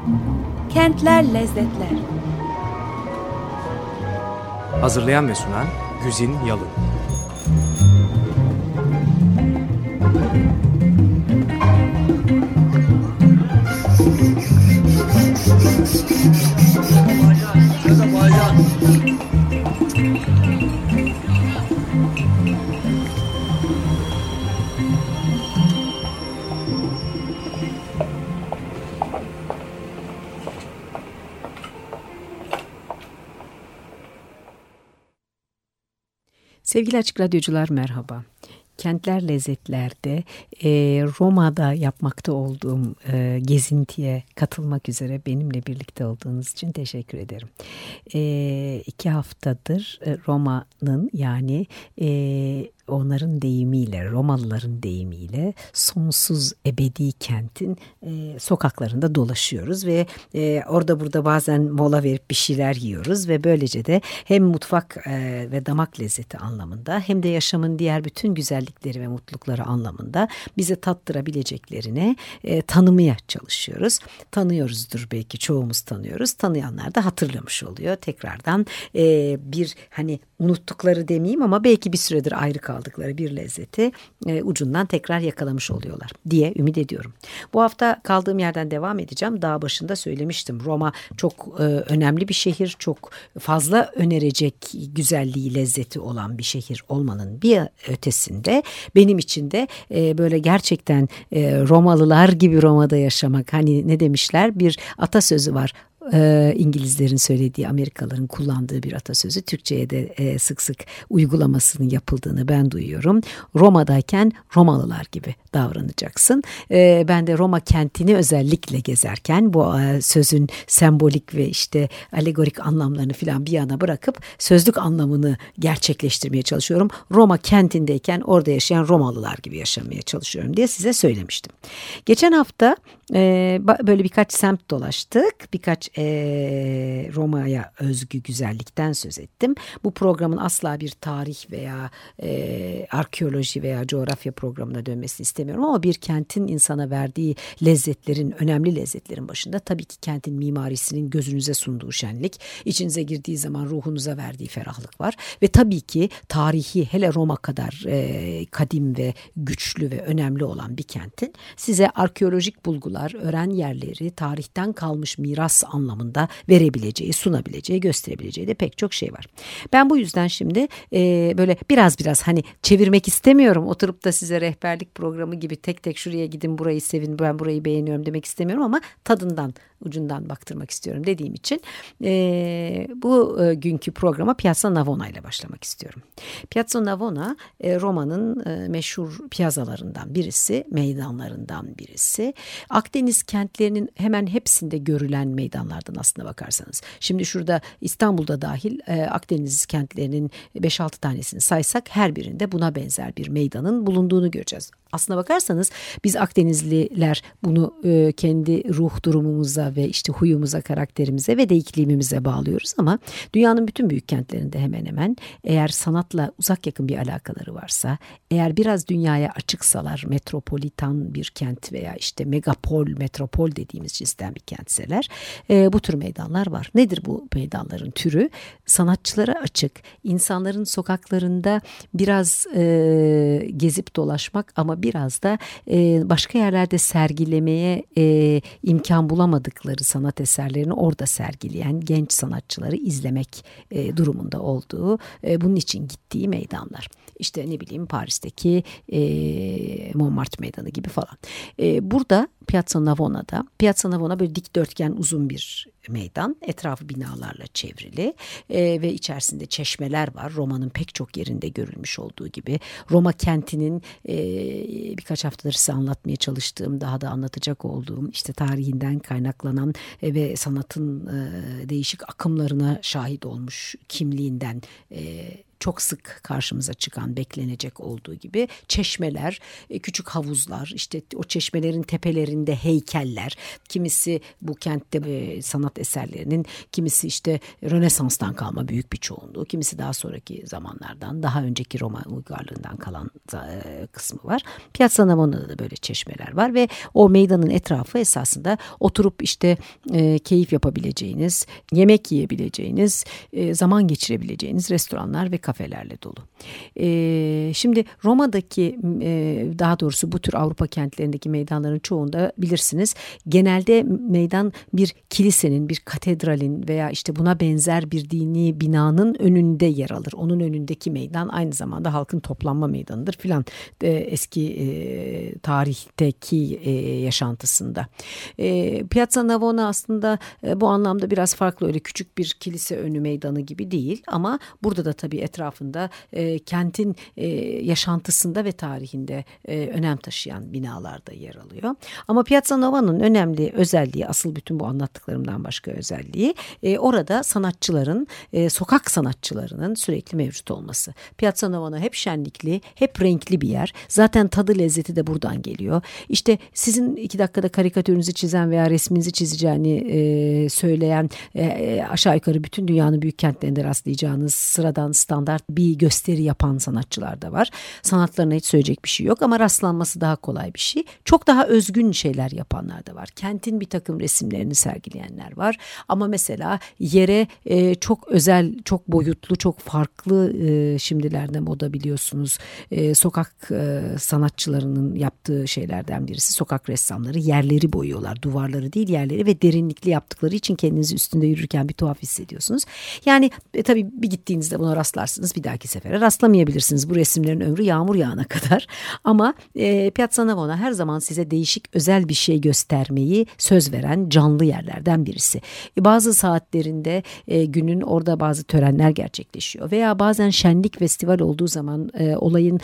Kentler Lezzetler. Hazırlayan ve sunan Güzin Yalın. Sevgili Açık Radyocular merhaba. Kentler Lezzetler'de Roma'da yapmakta olduğum gezintiye katılmak üzere benimle birlikte olduğunuz için teşekkür ederim. 2 haftadır Roma'nın yani onların deyimiyle, Romalıların deyimiyle sonsuz ebedi kentin sokaklarında dolaşıyoruz ve orada burada bazen mola verip bir şeyler yiyoruz ve böylece de hem mutfak ve damak lezzeti anlamında hem de yaşamın diğer bütün güzellikleri ve mutlulukları anlamında bize tattırabileceklerini tanımaya çalışıyoruz. Tanıyoruzdur belki, çoğumuz tanıyoruz. Tanıyanlar da hatırlamış oluyor. Tekrardan bir hani unuttukları demeyeyim ama belki bir süredir ayrı kaldıkları bir lezzeti ucundan tekrar yakalamış oluyorlar diye ümit ediyorum. Bu hafta kaldığım yerden devam edeceğim. Daha başında söylemiştim. Roma çok önemli bir şehir. Çok fazla önerecek güzelliği, lezzeti olan bir şehir olmanın bir ötesinde benim için de böyle gerçekten Romalılar gibi Roma'da yaşamak. Hani ne demişler? Bir atasözü var. İngilizlerin söylediği, Amerikalıların kullandığı bir atasözü. Türkçe'ye de sık sık uygulamasının yapıldığını ben duyuyorum. Roma'dayken Romalılar gibi davranacaksın. Ben de Roma kentini özellikle gezerken bu sözün sembolik ve işte alegorik anlamlarını falan bir yana bırakıp sözlük anlamını gerçekleştirmeye çalışıyorum. Roma kentindeyken orada yaşayan Romalılar gibi yaşamaya çalışıyorum diye size söylemiştim. Geçen hafta böyle birkaç semt dolaştık. Birkaç Roma'ya özgü güzellikten söz ettim. Bu programın asla bir tarih veya arkeoloji veya coğrafya programına dönmesini istemiyorum ama bir kentin insana verdiği lezzetlerin, önemli lezzetlerin başında tabii ki kentin mimarisinin gözünüze sunduğu şenlik, içinize girdiği zaman ruhunuza verdiği ferahlık var ve tabii ki tarihi, hele Roma kadar kadim ve güçlü ve önemli olan bir kentin size arkeolojik bulgular, öğren yerleri, tarihten kalmış miras anlamında verebileceği, sunabileceği, gösterebileceği de pek çok şey var. Ben bu yüzden şimdi böyle biraz hani çevirmek istemiyorum. Oturup da size rehberlik programı gibi tek tek şuraya gidin, burayı sevin, ben burayı beğeniyorum demek istemiyorum ama tadından, ucundan baktırmak istiyorum dediğim için bu günkü programa Piazza Navona ile başlamak istiyorum. Piazza Navona Roma'nın meşhur piazzalarından birisi, meydanlarından birisi. Akdeniz kentlerinin hemen hepsinde görülen meydanlardan aslına bakarsanız. Şimdi şurada İstanbul'da dahil Akdeniz kentlerinin 5-6 tanesini saysak her birinde buna benzer bir meydanın bulunduğunu göreceğiz. Aslına bakarsanız biz Akdenizliler bunu kendi ruh durumumuza ve işte huyumuza, karakterimize ve de iklimimize bağlıyoruz ama dünyanın bütün büyük kentlerinde hemen hemen eğer sanatla uzak yakın bir alakaları varsa, eğer biraz dünyaya açıksalar, metropolitan bir kent veya işte megapol, metropol dediğimiz cinsten bir kentseler bu tür meydanlar var. Nedir bu meydanların türü? Sanatçılara açık, insanların sokaklarında biraz gezip dolaşmak ama biraz da başka yerlerde sergilemeye imkan bulamadıkları sanat eserlerini orada sergileyen genç sanatçıları izlemek durumunda olduğu, bunun için gittiği meydanlar. İşte ne bileyim Paris'teki Montmartre Meydanı gibi falan. Burada Piazza Navona böyle dikdörtgen uzun bir meydan. Etrafı binalarla çevrili ve içerisinde çeşmeler var. Roma'nın pek çok yerinde görülmüş olduğu gibi. Roma kentinin birkaç haftadır size anlatmaya çalıştığım, daha da anlatacak olduğum işte tarihinden kaynaklanan ve sanatın değişik akımlarına şahit olmuş kimliğinden çok sık karşımıza çıkan, beklenecek olduğu gibi çeşmeler, küçük havuzlar, işte o çeşmelerin tepelerinde heykeller, kimisi bu kentte sanat eserlerinin, kimisi işte Rönesans'tan kalma büyük bir çoğunluğu, kimisi daha sonraki zamanlardan, daha önceki Roma uygarlığından kalan kısmı var. Piazza Navona'da da böyle çeşmeler var ve o meydanın etrafı esasında oturup işte keyif yapabileceğiniz, yemek yiyebileceğiniz, zaman geçirebileceğiniz restoranlar ve kafelerle dolu. Şimdi Roma'daki, daha doğrusu bu tür Avrupa kentlerindeki meydanların çoğunda bilirsiniz, genelde meydan bir kilisenin, bir katedralin veya işte buna benzer bir dini binanın önünde yer alır. Onun önündeki meydan aynı zamanda halkın toplanma meydanıdır filan, eski tarihteki yaşantısında. Piazza Navona aslında bu anlamda biraz farklı, öyle küçük bir kilise önü meydanı gibi değil ama burada da tabii etrafında kentin yaşantısında ve tarihinde önem taşıyan binalar da yer alıyor. Ama Piazza Navona'nın önemli özelliği, asıl bütün bu anlattıklarımdan başka özelliği, orada sanatçıların, sokak sanatçılarının sürekli mevcut olması. Piazza Navona hep şenlikli, hep renkli bir yer. Zaten tadı lezzeti de buradan geliyor. İşte sizin 2 dakikada karikatürünüzü çizen veya resminizi çizeceğini söyleyen, aşağı yukarı bütün dünyanın büyük kentlerinde rastlayacağınız sıradan standart bir gösteri yapan sanatçılar da var. Sanatlarına hiç söyleyecek bir şey yok ama rastlanması daha kolay bir şey. Çok daha özgün şeyler yapanlar da var. Kentin bir takım resimlerini sergileyenler var. Ama mesela yere çok özel, çok boyutlu, çok farklı, şimdilerde moda biliyorsunuz, sokak sanatçılarının yaptığı şeylerden birisi. Sokak ressamları yerleri boyuyorlar. Duvarları değil, yerleri, ve derinlikli yaptıkları için kendinizi üstünde yürürken bir tuhaf hissediyorsunuz. Yani tabii bir gittiğinizde buna rastlarsınız, bir dahaki sefere rastlamayabilirsiniz. Bu resimlerin ömrü yağmur yağana kadar. Ama Piazza Navona her zaman size değişik, özel bir şey göstermeyi söz veren canlı yerlerden birisi. Bazı saatlerinde günün orada bazı törenler gerçekleşiyor veya bazen şenlik, festival olduğu zaman olayın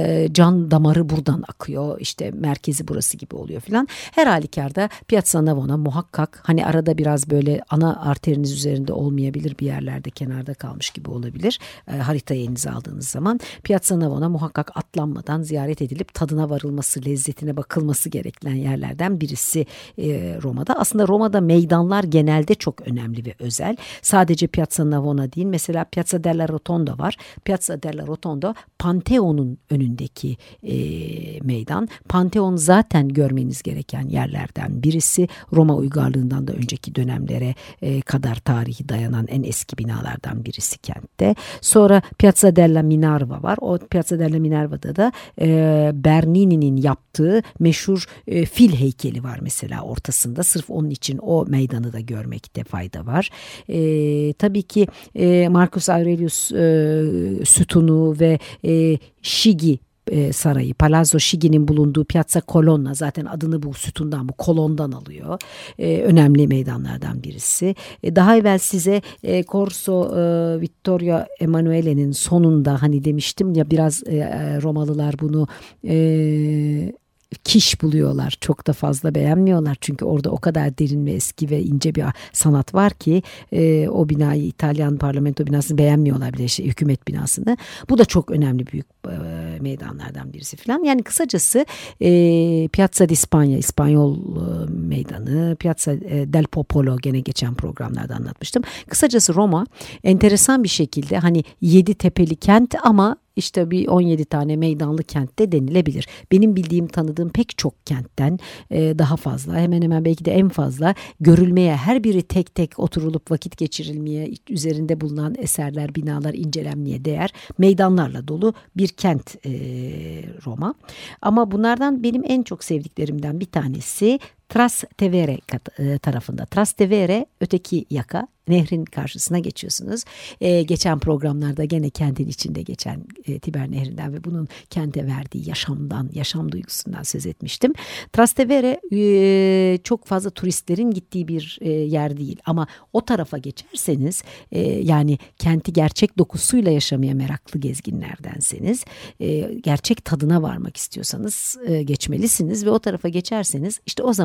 can damarı buradan akıyor. İşte merkezi burası gibi oluyor filan. Her halükarda Piazza Navona muhakkak, hani arada biraz böyle ana arteriniz üzerinde olmayabilir, bir yerlerde kenarda kalmış gibi olabilir. Haritayı elinize aldığınız zaman Piazza Navona muhakkak atlanmadan ziyaret edilip tadına varılması, lezzetine bakılması gereken yerlerden birisi Roma'da. Aslında Roma'da meydanlar genelde çok önemli ve özel. Sadece Piazza Navona değil. Mesela Piazza della Rotonda var. Piazza della Rotonda Pantheon'un önündeki meydan. Pantheon zaten görmeniz gereken yerlerden birisi. Roma uygarlığından da önceki dönemlere kadar tarihi dayanan en eski binalardan birisi kentte. Sonra Piazza della Minerva var. O Piazza della Minerva'da da Bernini'nin yaptığı meşhur fil heykeli var mesela ortasında. Sırf onun için o meydanı da görmekte fayda var. Tabii ki Marcus Aurelius sütunu ve Chigi sarayı, Palazzo Chigi'nin bulunduğu Piazza Colonna, zaten adını bu sütundan, bu kolondan alıyor. Önemli meydanlardan birisi. Daha evvel size Corso Vittorio Emanuele'nin sonunda, hani demiştim ya, biraz Romalılar bunu kiş buluyorlar. Çok da fazla beğenmiyorlar. Çünkü orada o kadar derin ve eski ve ince bir sanat var ki o binayı, İtalyan parlamento binasını beğenmiyorlar bile, işte hükümet binasını. Bu da çok önemli büyük meydanlardan birisi falan. Yani kısacası Piazza di Spagna, İspanyol meydanı, Piazza del Popolo, gene geçen programlarda anlatmıştım. Kısacası Roma enteresan bir şekilde hani 7 tepeli kent ama işte bir 17 tane meydanlı kentte denilebilir. Benim bildiğim, tanıdığım pek çok kentten daha fazla, hemen hemen belki de en fazla görülmeye, her biri tek tek oturulup vakit geçirilmeye, üzerinde bulunan eserler, binalar incelenmeye değer meydanlarla dolu bir kent Roma. Ama bunlardan benim en çok sevdiklerimden bir tanesi Trastevere tarafında. Trastevere öteki yaka, nehrin karşısına geçiyorsunuz. Geçen programlarda gene kentin içinde geçen Tiber Nehri'nden ve bunun kente verdiği yaşamdan, yaşam duygusundan söz etmiştim. Trastevere çok fazla turistlerin gittiği bir yer değil ama o tarafa geçerseniz, yani kenti gerçek dokusuyla yaşamaya meraklı gezginlerdenseniz, gerçek tadına varmak istiyorsanız geçmelisiniz ve o tarafa geçerseniz işte o zaman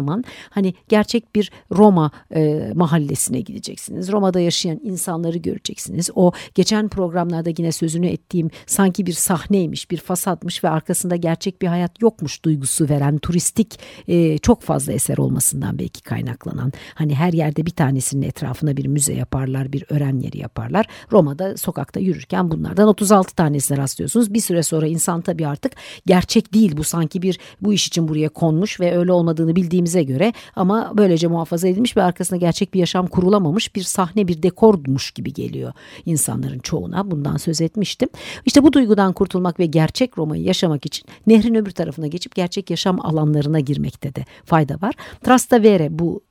zaman hani gerçek bir Roma mahallesine gideceksiniz. Roma'da yaşayan insanları göreceksiniz. O geçen programlarda yine sözünü ettiğim sanki bir sahneymiş, bir fasadmış ve arkasında gerçek bir hayat yokmuş duygusu veren turistik çok fazla eser olmasından belki kaynaklanan. Hani her yerde bir tanesinin etrafına bir müze yaparlar, bir öğren yeri yaparlar. Roma'da sokakta yürürken bunlardan 36 tanesine rastlıyorsunuz. Bir süre sonra insan tabii artık gerçek değil, bu sanki bu iş için buraya konmuş ve öyle olmadığını bildiğimize göre ama böylece muhafaza edilmiş ve arkasında gerçek bir yaşam kurulamamış bir sahne, bir dekormuş gibi geliyor insanların çoğuna. Bundan söz etmiştim. İşte bu duygudan kurtulmak ve gerçek Roma'yı yaşamak için nehrin öbür tarafına geçip gerçek yaşam alanlarına girmekte de fayda var. Trastevere bu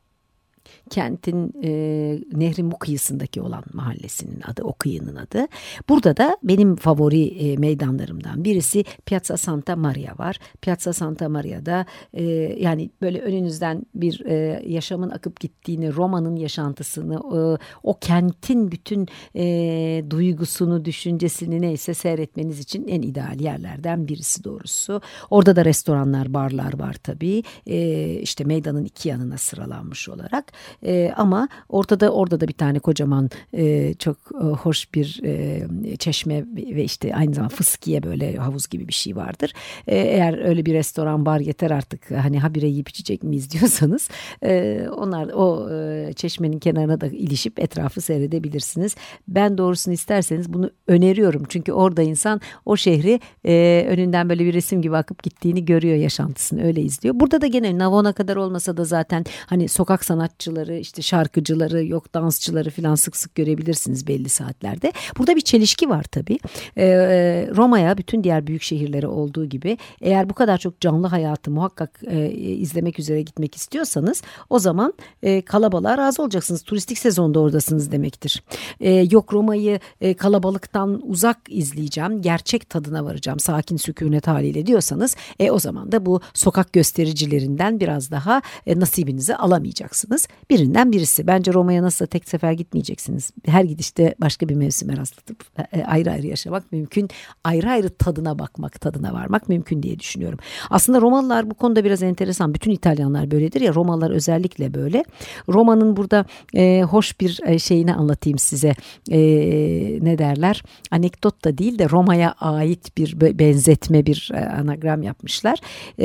kentin nehrin bu kıyısındaki olan mahallesinin adı, o kıyının adı. Burada da benim favori meydanlarımdan birisi Piazza Santa Maria var. Piazza Santa Maria'da yani böyle önünüzden bir yaşamın akıp gittiğini, Roma'nın yaşantısını, o kentin bütün duygusunu, düşüncesini neyse seyretmeniz için en ideal yerlerden birisi doğrusu. Orada da restoranlar, barlar var tabii. İşte meydanın iki yanına sıralanmış olarak. Ama orada da bir tane kocaman çok hoş bir çeşme ve işte aynı zamanda fıskiye böyle havuz gibi bir şey vardır. Eğer öyle bir restoran bar yeter artık hani habire yiyip içecek miyiz diyorsanız onlar o çeşmenin kenarına da ilişip etrafı seyredebilirsiniz. Ben doğrusunu isterseniz bunu öneriyorum. Çünkü orada insan o şehri önünden böyle bir resim gibi akıp gittiğini görüyor, yaşantısını öyle izliyor. Burada da gene Navona kadar olmasa da zaten hani sokak sanatçıları, işte şarkıcıları, yok dansçıları falan sık sık görebilirsiniz belli saatlerde. Burada bir çelişki var tabii. Roma'ya bütün diğer büyük şehirlere olduğu gibi eğer bu kadar çok canlı hayatı muhakkak izlemek üzere gitmek istiyorsanız o zaman kalabalığa razı olacaksınız. Turistik sezonda oradasınız demektir. Yok Roma'yı kalabalıktan uzak izleyeceğim, gerçek tadına varacağım, sakin sükunet haliyle diyorsanız o zaman da bu sokak göstericilerinden biraz daha nasibinizi alamayacaksınız. Birinden birisi. Bence Roma'ya nasıl tek sefer gitmeyeceksiniz. Her gidişte başka bir mevsime rastlatıp ayrı ayrı yaşamak mümkün. Ayrı ayrı tadına bakmak, tadına varmak mümkün diye düşünüyorum. Aslında Romalılar bu konuda biraz enteresan. Bütün İtalyanlar böyledir ya, Romalılar özellikle böyle. Roma'nın burada hoş bir şeyini anlatayım size. Ne derler? Anekdot da değil de Roma'ya ait bir benzetme, bir anagram yapmışlar.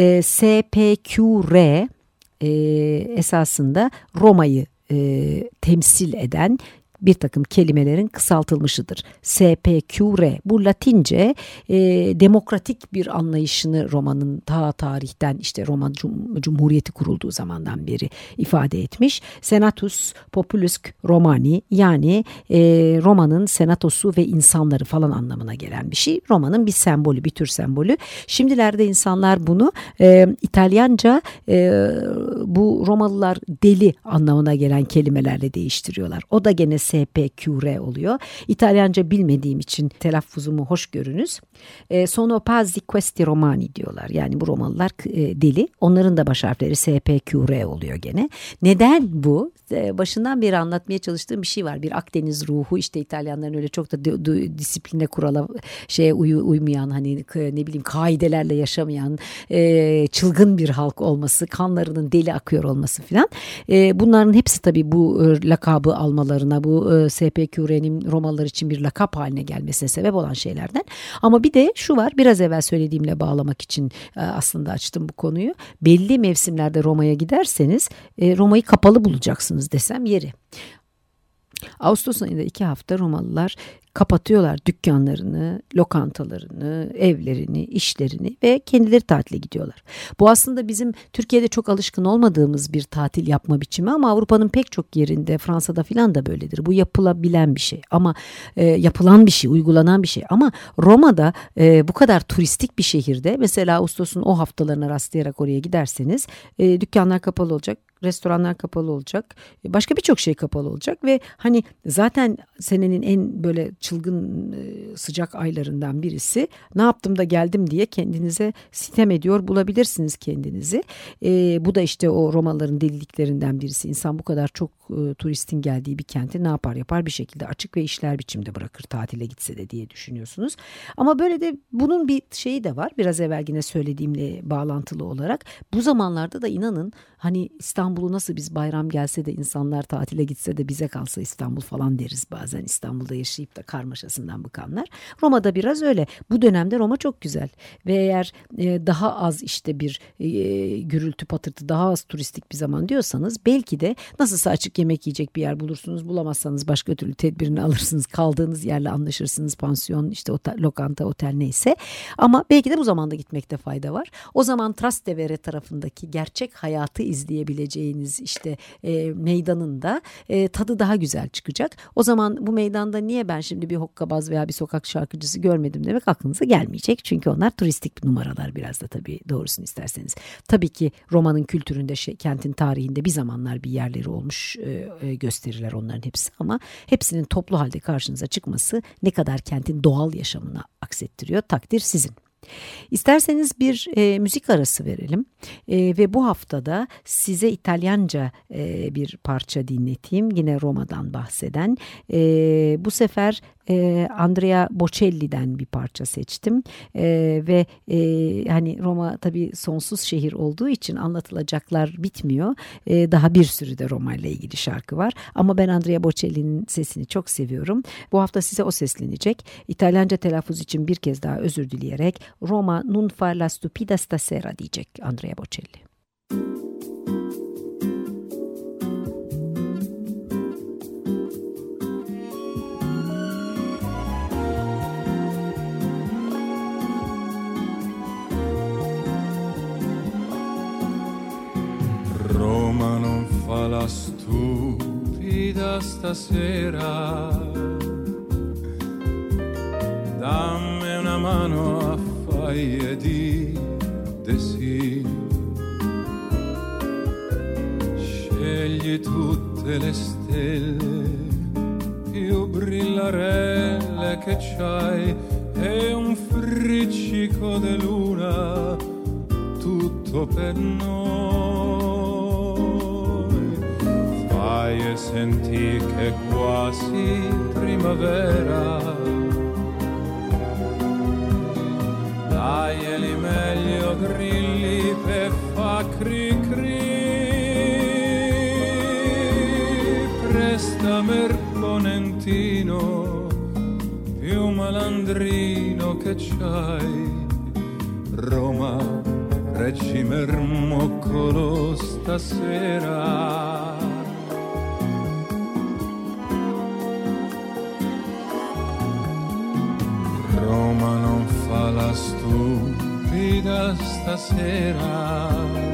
SPQR esasında Roma'yı temsil eden bir takım kelimelerin kısaltılmışıdır. SPQR. Bu Latince demokratik bir anlayışını Roma'nın tarihten işte Roma Cumhuriyeti kurulduğu zamandan beri ifade etmiş. Senatus Populus Romani, yani Roma'nın senatosu ve insanları falan anlamına gelen bir şey. Roma'nın bir sembolü, bir tür sembolü. Şimdilerde insanlar bunu İtalyanca bu Romalılar deli anlamına gelen kelimelerle değiştiriyorlar. O da gene SPQR oluyor. İtalyanca bilmediğim için telaffuzumu hoş görünüz. Sono pazzi questi Romani diyorlar. Yani bu Romalılar deli. Onların da baş harfleri SPQR oluyor gene. Neden bu? Başından beri anlatmaya çalıştığım bir şey var. Bir Akdeniz ruhu, işte İtalyanların öyle çok da disipline, kurala uymayan, hani ne bileyim kaidelerle yaşamayan çılgın bir halk olması, kanlarının deli akıyor olması filan. Bunların hepsi tabii bu lakabı almalarına, bu SPQR'nin Romalılar için bir lakap haline gelmesine sebep olan şeylerden. Ama bir de şu var, biraz evvel söylediğimle bağlamak için aslında açtım bu konuyu. Belli mevsimlerde Roma'ya giderseniz Roma'yı kapalı bulacaksınız desem yeri. Ağustos ayında 2 hafta Romalılar kapatıyorlar dükkanlarını, lokantalarını, evlerini, işlerini ve kendileri tatile gidiyorlar. Bu aslında bizim Türkiye'de çok alışkın olmadığımız bir tatil yapma biçimi ama Avrupa'nın pek çok yerinde, Fransa'da filan da böyledir. Bu yapılabilen bir şey ama yapılan bir şey, uygulanan bir şey. Ama Roma'da bu kadar turistik bir şehirde mesela Ağustos'un o haftalarına rastlayarak oraya giderseniz dükkanlar kapalı olacak. restoranlar kapalı olacak. Başka birçok şey kapalı olacak ve hani zaten senenin en böyle çılgın sıcak aylarından birisi. Ne yaptım da geldim diye kendinize sitem ediyor bulabilirsiniz kendinizi. Bu da işte o Romalıların deliliklerinden birisi. İnsan bu kadar çok turistin geldiği bir kenti ne yapar yapar bir şekilde açık ve işler biçimde bırakır tatile gitse de diye düşünüyorsunuz. Ama böyle de bunun bir şeyi de var. Biraz evvel yine söylediğimle bağlantılı olarak bu zamanlarda da inanın hani İstanbul'u nasıl biz bayram gelse de insanlar tatile gitse de bize kalsa İstanbul falan deriz bazen. İstanbul'da yaşayıp da karmaşasından bıkanlar. Roma'da biraz öyle. Bu dönemde Roma çok güzel ve eğer daha az işte bir gürültü patırtı daha az turistik bir zaman diyorsanız belki de nasılsa açık yemek yiyecek bir yer bulursunuz. Bulamazsanız başka türlü tedbirini alırsınız. Kaldığınız yerle anlaşırsınız. Pansiyon işte otel, lokanta otel neyse. Ama belki de bu zamanda gitmekte fayda var. O zaman Trastevere tarafındaki gerçek hayatı izleyebileceğiniz işte meydanın da tadı daha güzel çıkacak. O zaman bu meydanda niye ben şimdi bir hokkabaz veya bir sokak şarkıcısı görmedim demek aklınıza gelmeyecek. Çünkü onlar turistik numaralar biraz da tabii doğrusunu isterseniz. Tabii ki Roma'nın kültüründe kentin tarihinde bir zamanlar bir yerleri olmuş gösteriler onların hepsi ama hepsinin toplu halde karşınıza çıkması ne kadar kentin doğal yaşamına aksettiriyor takdir sizin. İsterseniz bir müzik arası verelim ve bu haftada size İtalyanca bir parça dinleteyim. Yine Roma'dan bahseden. Bu sefer Andrea Bocelli'den bir parça seçtim ve hani Roma tabii sonsuz şehir olduğu için anlatılacaklar bitmiyor. Daha bir sürü de Roma ile ilgili şarkı var ama ben Andrea Bocelli'nin sesini çok seviyorum. Bu hafta size o seslenecek. İtalyanca telaffuz için bir kez daha özür dileyerek Roma non fa la stupida stasera diyecek Andrea Bocelli. Roma non fa la stupida stasera, dammi una mano a faglie di desì, scegli tutte le stelle più brillarelle che c'hai e un friccico di luna, tutto per noi. Fai e senti che è quasi primavera, dai li meglio grilli per fa cri cri, prestami il ponentino più malandrino che c'hai, Roma reggimi il moccolo stasera. Roma non fa la stupida stasera,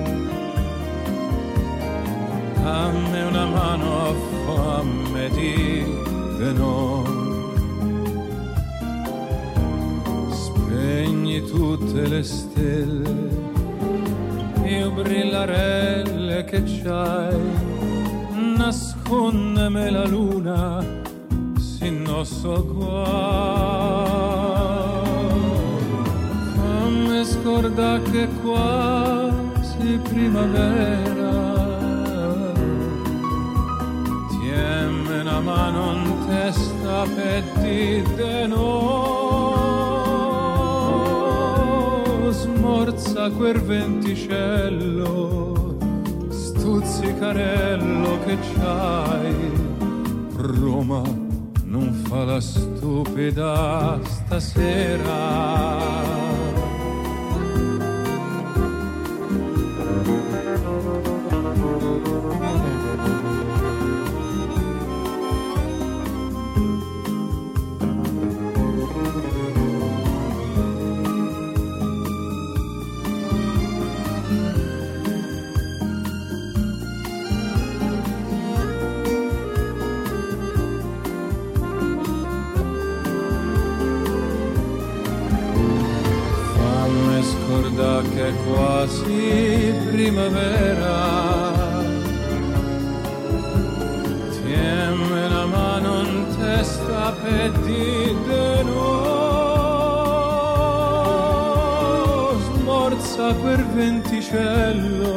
dammi una mano a fammi di noi, spegni tutte le stelle più brillarelle che c'hai, nascondeme la luna, se non so fammi scordare che è quasi primavera, tienmi una mano in testa per dire no, smorza quel venticello, stuzzicarello che c'hai, Roma non fa la stupida stasera. Che è quasi primavera, e di denos morza quel venticello,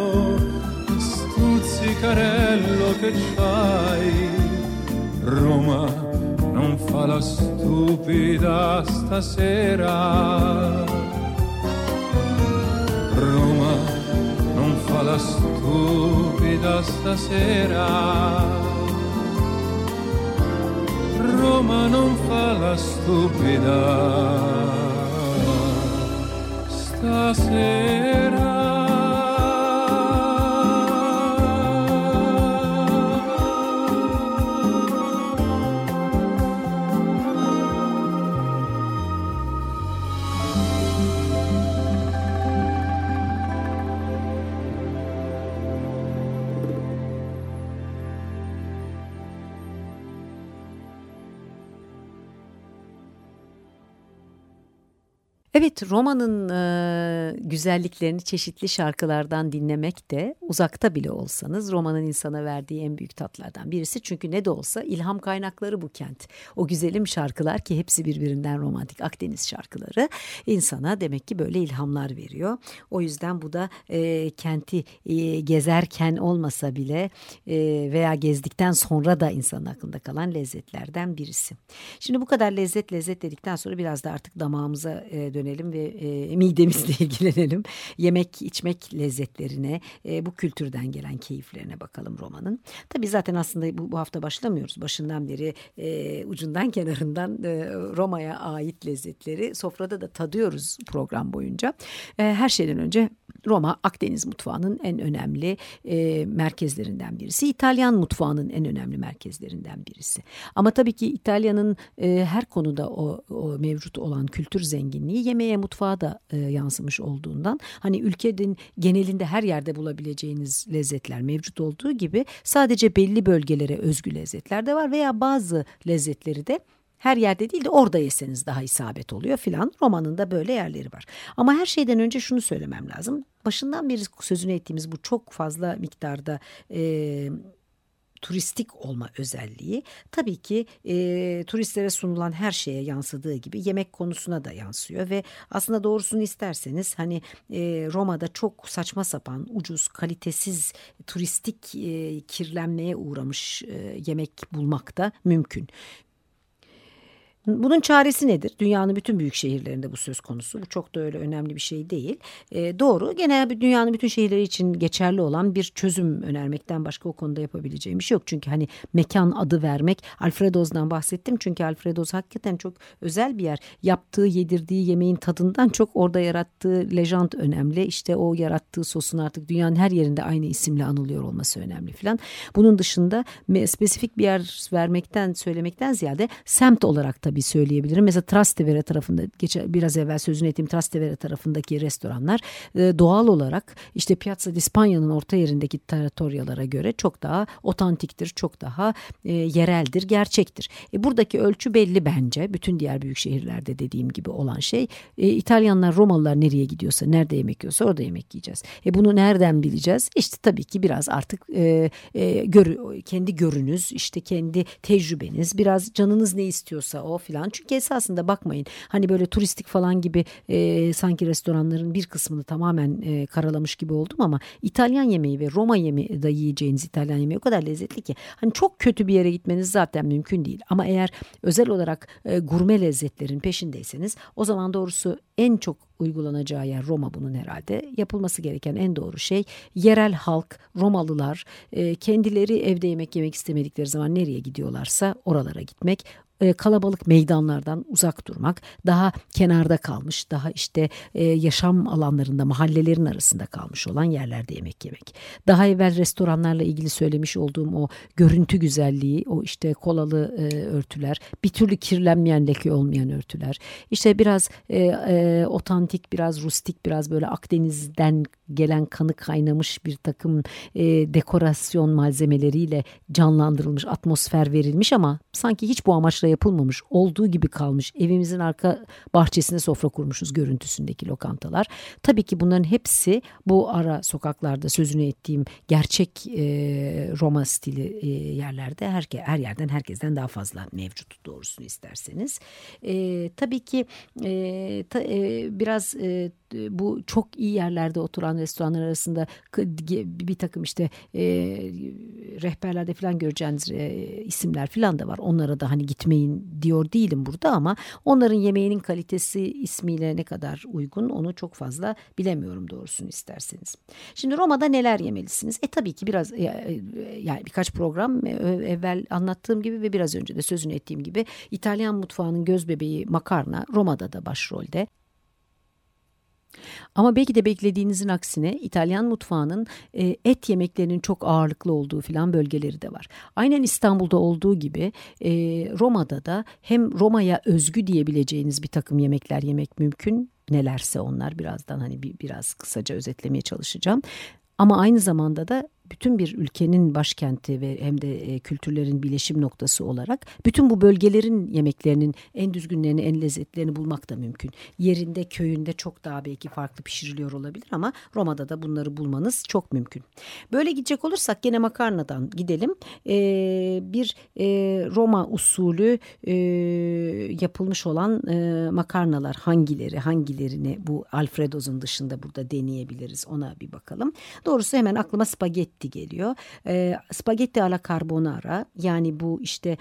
stuzzicarello che c'hai. Roma non fa la stupida stasera, Roma non fa la stupida stasera, Roma non fa la stupida stasera. Evet, Roma'nın güzelliklerini çeşitli şarkılardan dinlemek de uzakta bile olsanız Roma'nın insana verdiği en büyük tatlardan birisi. Çünkü ne de olsa ilham kaynakları bu kent. O güzelim şarkılar ki hepsi birbirinden romantik Akdeniz şarkıları insana demek ki böyle ilhamlar veriyor. O yüzden bu da kenti gezerken olmasa bile veya gezdikten sonra da insanın aklında kalan lezzetlerden birisi. Şimdi bu kadar lezzet dedikten sonra biraz da artık damağımıza dönelim ve midemizle ilgilenelim. Yemek, içmek lezzetlerine, bu kültürden gelen keyiflerine bakalım Roma'nın. Tabii zaten aslında bu hafta başlamıyoruz. Başından beri ucundan kenarından Roma'ya ait lezzetleri sofrada da tadıyoruz program boyunca. Her şeyden önce Roma Akdeniz mutfağının en önemli merkezlerinden birisi. İtalyan mutfağının en önemli merkezlerinden birisi. Ama tabii ki İtalya'nın her konuda o mevcut olan kültür zenginliği yemeğe, mutfağa da yansımış olduğundan hani ülkenin genelinde her yerde bulabileceğiniz lezzetler mevcut olduğu gibi sadece belli bölgelere özgü lezzetler de var veya bazı lezzetleri de her yerde değil de orada yeseniz daha isabet oluyor filan. Roma'nın da böyle yerleri var. Ama her şeyden önce şunu söylemem lazım. Başından beri sözünü ettiğimiz bu çok fazla miktarda turistik olma özelliği tabii ki turistlere sunulan her şeye yansıdığı gibi yemek konusuna da yansıyor ve aslında doğrusunu isterseniz hani Roma'da çok saçma sapan, ucuz, kalitesiz, turistik kirlenmeye uğramış yemek bulmak da mümkün. Bunun çaresi nedir? Dünyanın bütün büyük şehirlerinde bu söz konusu. Bu çok da öyle önemli bir şey değil. Doğru. Genel dünyanın bütün şehirleri için geçerli olan bir çözüm önermekten başka o konuda yapabileceğim bir şey yok. Çünkü hani mekan adı vermek, Alfredos'dan bahsettim. Çünkü Alfredos hakikaten çok özel bir yer. Yaptığı, yedirdiği yemeğin tadından çok orada yarattığı lejant önemli. İşte o yarattığı sosun artık dünyanın her yerinde aynı isimle anılıyor olması önemli filan. Bunun dışında spesifik bir yer vermekten, söylemekten ziyade semt olarak tabii söyleyebilirim. Mesela Trastevere tarafında biraz evvel sözünü ettiğim Trastevere tarafındaki restoranlar doğal olarak işte Piazza di Spagno'nun orta yerindeki territoryalara göre çok daha otantiktir, çok daha yereldir, gerçektir. Buradaki ölçü belli bence. Bütün diğer büyük şehirlerde dediğim gibi olan şey. İtalyanlar, Romalılar nereye gidiyorsa, nerede yemek yiyorsa orada yemek yiyeceğiz. Bunu nereden bileceğiz? İşte tabii ki biraz artık kendi görünüz, işte kendi tecrübeniz, biraz canınız ne istiyorsa o filan. Çünkü esasında bakmayın hani böyle turistik falan gibi sanki restoranların bir kısmını tamamen karalamış gibi oldum ama İtalyan yemeği ve Roma yemeği da yiyeceğiniz İtalyan yemeği o kadar lezzetli ki hani çok kötü bir yere gitmeniz zaten mümkün değil. Ama eğer özel olarak gurme lezzetlerin peşindeyseniz o zaman doğrusu en çok uygulanacağı yer Roma bunun herhalde. Yapılması gereken en doğru şey yerel halk, Romalılar kendileri evde yemek istemedikleri zaman nereye gidiyorlarsa oralara gitmek. Kalabalık meydanlardan uzak durmak, daha kenarda kalmış, daha işte yaşam alanlarında, mahallelerin arasında kalmış olan yerlerde yemek yemek. Daha evvel restoranlarla ilgili söylemiş olduğum o görüntü güzelliği, o işte kolalı örtüler, bir türlü kirlenmeyen, leke olmayan örtüler. İşte biraz otantik, biraz rustik, biraz böyle Akdeniz'den gelen kanı kaynamış bir takım dekorasyon malzemeleriyle canlandırılmış, atmosfer verilmiş ama sanki hiç bu amaçla yapılmamış, olduğu gibi kalmış, evimizin arka bahçesine sofra kurmuşuz görüntüsündeki lokantalar. Tabii ki bunların hepsi bu ara sokaklarda sözünü ettiğim gerçek Roma stili yerlerde her yerden herkesten daha fazla mevcut, doğrusunu isterseniz. Tabii ki biraz bu çok iyi yerlerde oturan restoranlar arasında bir takım işte rehberlerde falan göreceğiniz isimler falan da var. Onlara da hani gitmeyin diyor değilim burada, ama onların yemeğinin kalitesi ismiyle ne kadar uygun onu çok fazla bilemiyorum, doğrusunu isterseniz. Şimdi Roma'da neler yemelisiniz? Tabii ki biraz yani birkaç program evvel anlattığım gibi ve biraz önce de sözünü ettiğim gibi İtalyan mutfağının gözbebeği makarna Roma'da da başrolde. Ama belki de beklediğinizin aksine İtalyan mutfağının et yemeklerinin çok ağırlıklı olduğu filan bölgeleri de var. Aynen İstanbul'da olduğu gibi Roma'da da hem Roma'ya özgü diyebileceğiniz bir takım yemekler yemek mümkün. Nelerse onlar, birazdan hani biraz kısaca özetlemeye çalışacağım. Ama aynı zamanda da bütün bir ülkenin başkenti ve hem de kültürlerin bileşim noktası olarak bütün bu bölgelerin yemeklerinin en düzgünlerini, en lezzetlerini bulmak da mümkün. Yerinde, köyünde çok daha belki farklı pişiriliyor olabilir ama Roma'da da bunları bulmanız çok mümkün. Böyle gidecek olursak gene makarnadan gidelim. Bir Roma usulü yapılmış olan makarnalar hangilerini bu Alfredo'nun dışında burada deneyebiliriz, ona bir bakalım. Doğrusu hemen aklıma spagetti geliyor. Spagetti alla carbonara, yani bu işte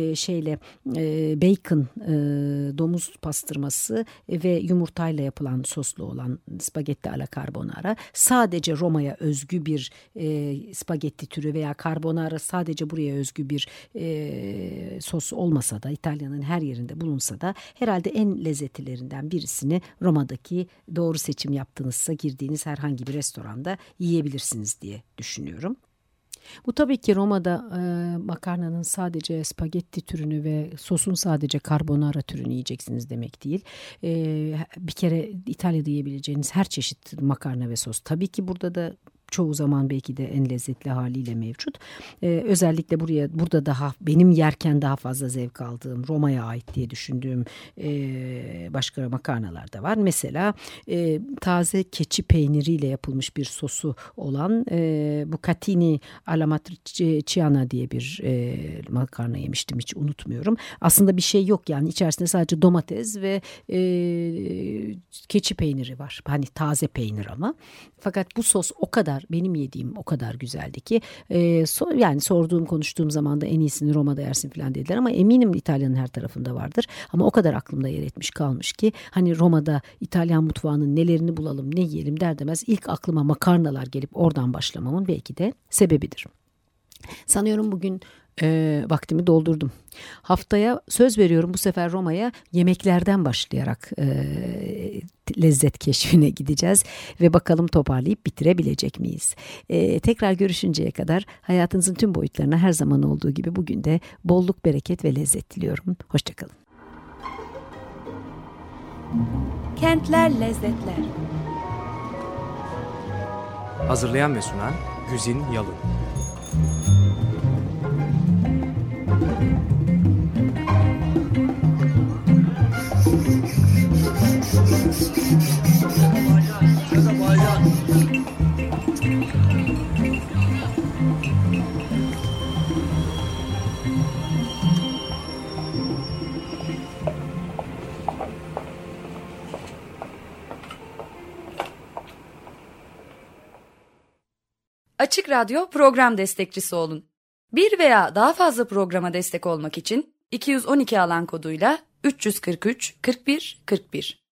bacon, domuz pastırması ve yumurtayla yapılan soslu olan spagetti alla carbonara sadece Roma'ya özgü bir spagetti türü veya carbonara sadece buraya özgü bir sos olmasa da İtalya'nın her yerinde bulunsa da herhalde en lezzetlilerinden birisini Roma'daki doğru seçim yaptığınızsa girdiğiniz herhangi bir restoranda yiyebilirsiniz diye düşünüyorum. Bu tabii ki Roma'da makarnanın sadece spagetti türünü ve sosun sadece carbonara türünü yiyeceksiniz demek değil. Bir kere İtalya'da yiyebileceğiniz her çeşit makarna ve sos tabii ki burada da çoğu zaman belki de en lezzetli haliyle mevcut. Özellikle burada daha benim yerken daha fazla zevk aldığım, Roma'ya ait diye düşündüğüm başka makarnalar da var. Mesela taze keçi peyniriyle yapılmış bir sosu olan bucatini alla matriciana diye bir makarna yemiştim, hiç unutmuyorum. Aslında bir şey yok, yani içerisinde sadece domates ve keçi peyniri var. Hani taze peynir ama. Fakat bu sos o kadar, benim yediğim o kadar güzeldi ki yani konuştuğum zaman da en iyisini Roma'da yersin falan dediler, ama eminim İtalya'nın her tarafında vardır. Ama o kadar aklımda yer etmiş kalmış ki hani Roma'da İtalyan mutfağının nelerini bulalım, ne yiyelim der demez ilk aklıma makarnalar gelip oradan başlamamın belki de sebebidir. Sanıyorum bugün vaktimi doldurdum. Haftaya söz veriyorum, bu sefer Roma'ya yemeklerden başlayarak lezzet keşfine gideceğiz ve bakalım toparlayıp bitirebilecek miyiz? Tekrar görüşünceye kadar hayatınızın tüm boyutlarına her zaman olduğu gibi bugün de bolluk, bereket ve lezzet diliyorum. Hoşçakalın. Kentler Lezzetler. Hazırlayan ve sunan Güzin Yalın. Açık Radyo program destekçisi olun. Bir veya daha fazla programa destek olmak için 212 alan koduyla 343 41 41